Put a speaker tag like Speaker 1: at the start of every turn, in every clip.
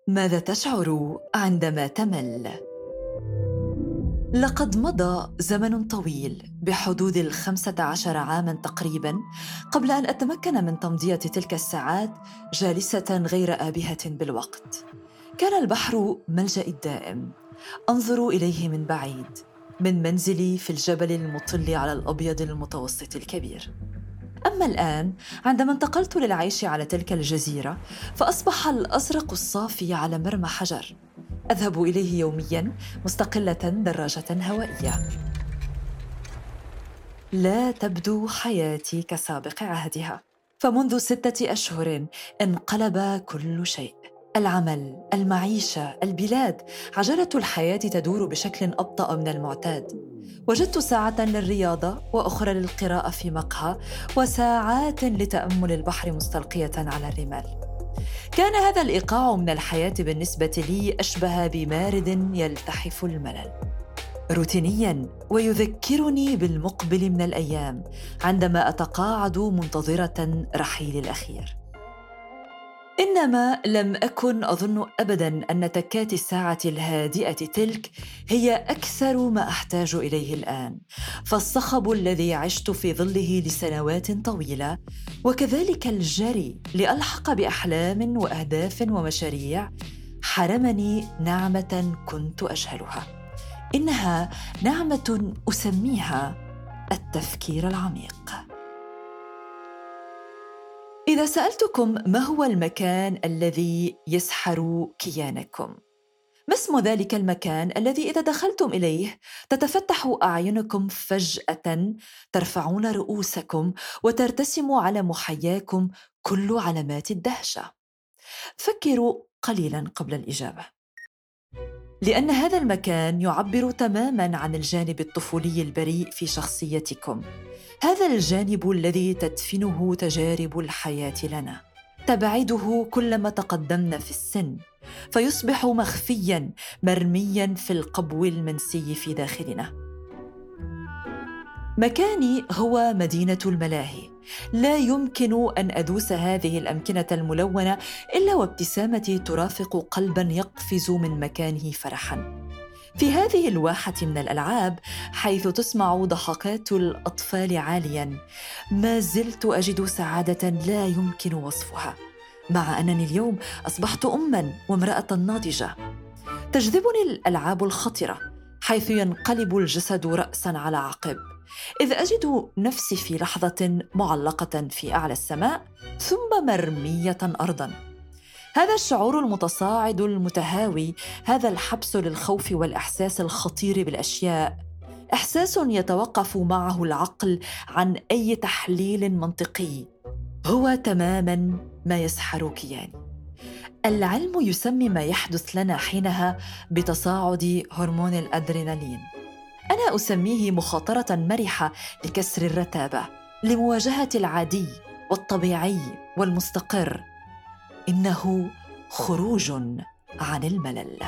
Speaker 1: ماذا تشعر عندما تمل؟ لقد مضى زمن طويل بحدود 15 عاماً تقريباً قبل أن أتمكن من تمضية تلك الساعات جالسة غير آبهة بالوقت. كان البحر ملجأي الدائم، أنظر إليه من بعيد من منزلي في الجبل المطل على الأبيض المتوسط الكبير. أما الآن عندما انتقلت للعيش على تلك الجزيرة فأصبح الأزرق الصافي على مرمى حجر، أذهب إليه يومياً مستقلة دراجة هوائية. لا تبدو حياتي كسابق عهدها، فمنذ 6 أشهر انقلب كل شيء. العمل، المعيشة، البلاد، عجلة الحياة تدور بشكل أبطأ من المعتاد. وجدت ساعة للرياضة وأخرى للقراءة في مقهى وساعات لتأمل البحر مستلقية على الرمال. كان هذا الإيقاع من الحياة بالنسبة لي أشبه بمارد يلتحف الملل، روتينياً ويذكرني بالمقبل من الأيام عندما أتقاعد منتظرة رحيلي الأخير. إنما لم أكن أظن أبداً أن تكات الساعة الهادئة تلك هي أكثر ما أحتاج إليه الآن، فالصخب الذي عشت في ظله لسنوات طويلة وكذلك الجري لألحق بأحلام وأهداف ومشاريع حرمني نعمة كنت أجهلها. إنها نعمة أسميها التفكير العميق. إذا سألتكم ما هو المكان الذي يسحر كيانكم؟ ما اسم ذلك المكان الذي إذا دخلتم إليه تتفتح أعينكم فجأة، ترفعون رؤوسكم وترتسم على محياكم كل علامات الدهشة؟ فكروا قليلا قبل الإجابة، لأن هذا المكان يعبر تماماً عن الجانب الطفولي البريء في شخصيتكم، هذا الجانب الذي تدفنه تجارب الحياة لنا، تبعده كلما تقدمنا في السن، فيصبح مخفياً مرمياً في القبو المنسي في داخلنا. مكاني هو مدينة الملاهي. لا يمكن أن أدوس هذه الأمكنة الملونة إلا وابتسامتي ترافق قلباً يقفز من مكانه فرحاً. في هذه الواحة من الألعاب حيث تسمع ضحكات الأطفال عالياً، ما زلت أجد سعادة لا يمكن وصفها، مع أنني اليوم أصبحت أماً وامرأة ناضجة. تجذبني الألعاب الخطرة حيث ينقلب الجسد رأساً على عقب، إذ أجد نفسي في لحظة معلقة في أعلى السماء ثم مرمية أرضاً. هذا الشعور المتصاعد المتهاوي، هذا الحبس للخوف والإحساس الخطير بالأشياء، إحساس يتوقف معه العقل عن أي تحليل منطقي، هو تماماً ما يسحر كياني. العلم يسمي ما يحدث لنا حينها بتصاعد هرمون الأدرينالين. أنا أسميه مخاطرة مرحة لكسر الرتابة، لمواجهة العادي والطبيعي والمستقر. إنه خروج عن الملل.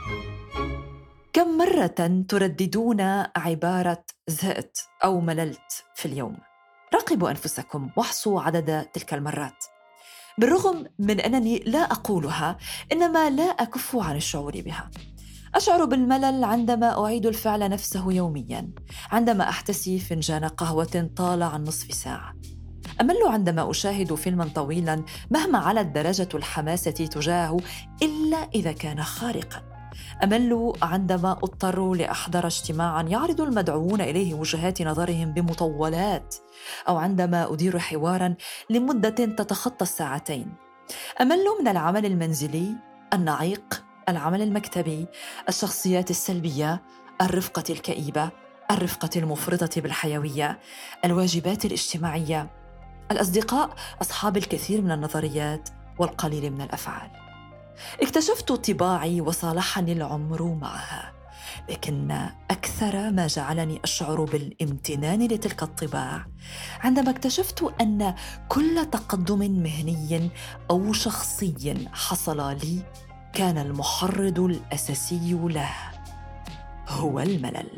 Speaker 1: كم مرة ترددون عبارة زهقت أو مللت في اليوم؟ راقبوا أنفسكم واحصوا عدد تلك المرات. بالرغم من أنني لا أقولها، إنما لا أكف عن الشعور بها. أشعر بالملل عندما أعيد الفعل نفسه يومياً، عندما أحتسي فنجان قهوة طال عن نصف ساعة. أمل عندما أشاهد فيلماً طويلاً مهما علت درجة الحماسة تجاهه إلا إذا كان خارقاً. أمل عندما أضطر لأحضر اجتماعاً يعرض المدعوون إليه وجهات نظرهم بمطولات، أو عندما أدير حواراً لمدة تتخطى الساعتين. أمل من العمل المنزلي، النعيق، العمل المكتبي، الشخصيات السلبية، الرفقة الكئيبة، الرفقة المفرطة بالحيوية، الواجبات الاجتماعية، الأصدقاء أصحاب الكثير من النظريات والقليل من الأفعال. اكتشفت طباعي وصالحني العمر معها، لكن أكثر ما جعلني أشعر بالامتنان لتلك الطباع عندما اكتشفت أن كل تقدم مهني أو شخصي حصل لي كان المحرض الأساسي له هو الملل.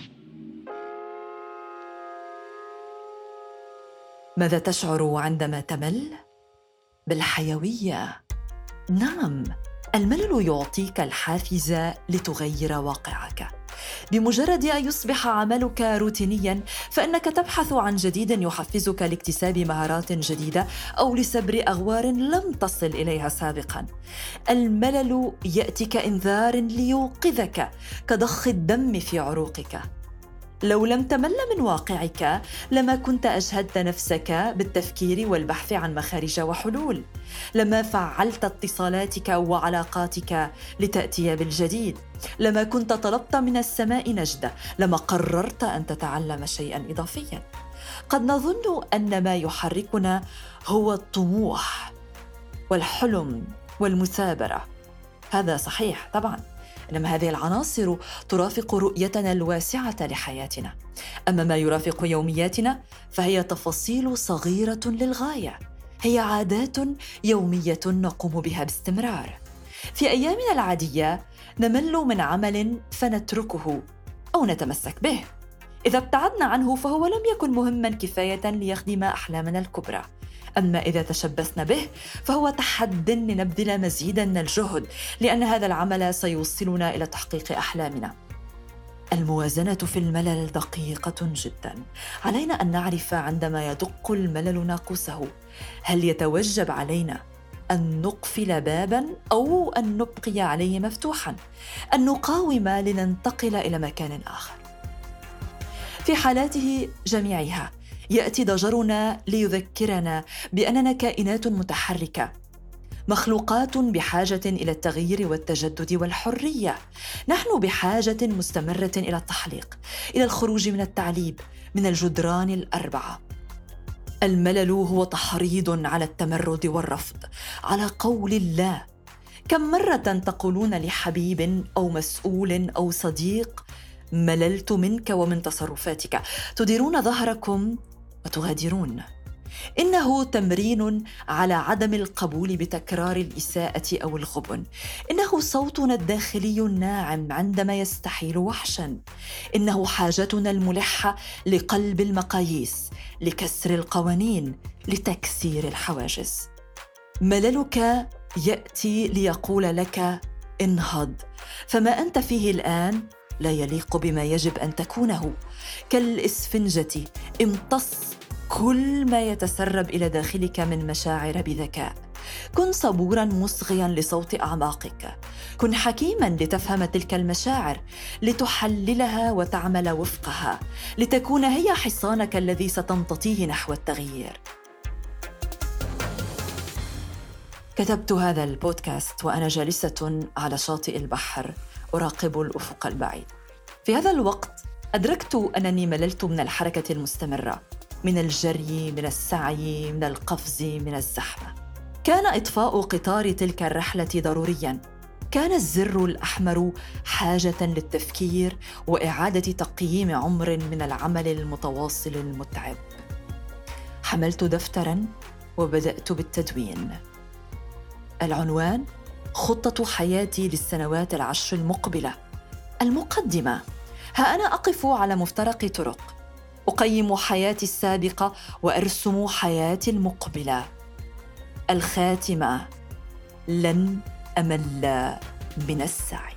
Speaker 1: ماذا تشعر عندما تمل؟ بالحيوية. نعم، الملل يعطيك الحافز لتغير واقعك. بمجرد أن يصبح عملك روتينياً فإنك تبحث عن جديد يحفزك لاكتساب مهارات جديدة أو لسبر أغوار لم تصل إليها سابقاً. الملل يأتي كإنذار ليوقظك كضخ الدم في عروقك. لو لم تمل من واقعك لما كنت أجهدت نفسك بالتفكير والبحث عن مخارج وحلول، لما فعلت اتصالاتك وعلاقاتك لتأتي بالجديد، لما كنت طلبت من السماء نجدة، لما قررت أن تتعلم شيئاً إضافياً. قد نظن أن ما يحركنا هو الطموح والحلم والمثابرة. هذا صحيح طبعاً، إنما هذه العناصر ترافق رؤيتنا الواسعة لحياتنا. أما ما يرافق يومياتنا فهي تفاصيل صغيرة للغاية، هي عادات يومية نقوم بها باستمرار. في أيامنا العادية نمل من عمل فنتركه أو نتمسك به. إذا ابتعدنا عنه فهو لم يكن مهماً كفاية ليخدم أحلامنا الكبرى. أما إذا تشبثنا به فهو تحد لنبذل مزيداً من الجهد، لأن هذا العمل سيوصلنا إلى تحقيق أحلامنا. الموازنة في الملل دقيقة جداً. علينا أن نعرف عندما يدق الملل ناقوسه، هل يتوجب علينا أن نقفل باباً أو أن نبقي عليه مفتوحاً، أن نقاوم لننتقل إلى مكان آخر. في حالاته جميعها يأتي ضجرنا ليذكرنا بأننا كائنات متحركة، مخلوقات بحاجة إلى التغيير والتجدد والحرية. نحن بحاجة مستمرة إلى التحليق، إلى الخروج من التعليب، من الجدران الأربعة. الملل هو تحريض على التمرد والرفض، على قول الله. كم مرة تقولون لحبيب أو مسؤول أو صديق: مللت منك ومن تصرفاتك، تديرون ظهركم وتغادرون. إنه تمرين على عدم القبول بتكرار الإساءة أو الغبن. إنه صوتنا الداخلي الناعم عندما يستحيل وحشاً. إنه حاجتنا الملحة لقلب المقاييس، لكسر القوانين، لتكسير الحواجز. مللك يأتي ليقول لك: انهض، فما أنت فيه الآن لا يليق بما يجب أن تكونه. كالإسفنجة امتص كل ما يتسرب إلى داخلك من مشاعر بذكاء. كن صبوراً مصغياً لصوت أعماقك. كن حكيماً لتفهم تلك المشاعر، لتحللها وتعمل وفقها، لتكون هي حصانك الذي ستمتطيه نحو التغيير. كتبت هذا البودكاست وأنا جالسة على شاطئ البحر أراقب الأفق البعيد. في هذا الوقت أدركت أنني مللت من الحركة المستمرة، من الجري، من السعي، من القفز، من الزحمة. كان إطفاء قطار تلك الرحلة ضرورياً. كان الزر الأحمر حاجة للتفكير وإعادة تقييم عمر من العمل المتواصل المتعب. حملت دفتراً وبدأت بالتدوين. العنوان: خطة حياتي للسنوات 10 المقبلة. المقدمة: ها أنا أقف على مفترق طرق، أقيم حياتي السابقة وأرسم حياتي المقبلة. الخاتمة: لن أمل من السعي.